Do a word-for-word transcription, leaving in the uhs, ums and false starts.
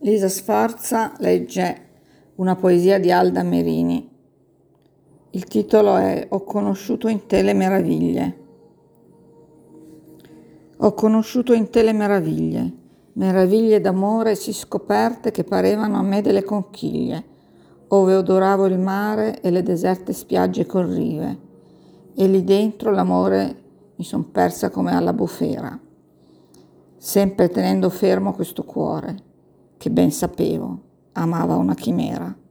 Lisa Sfarza legge una poesia di Alda Merini. Il titolo è Ho conosciuto in te le meraviglie. Ho conosciuto in te le meraviglie, meraviglie d'amore sì scoperte che parevano a me delle conchiglie, ove odoravo il mare e le deserte spiagge col rive, e lì dentro l'amore mi son persa come alla bufera, sempre tenendo fermo questo cuore, che ben sapevo amava una chimera.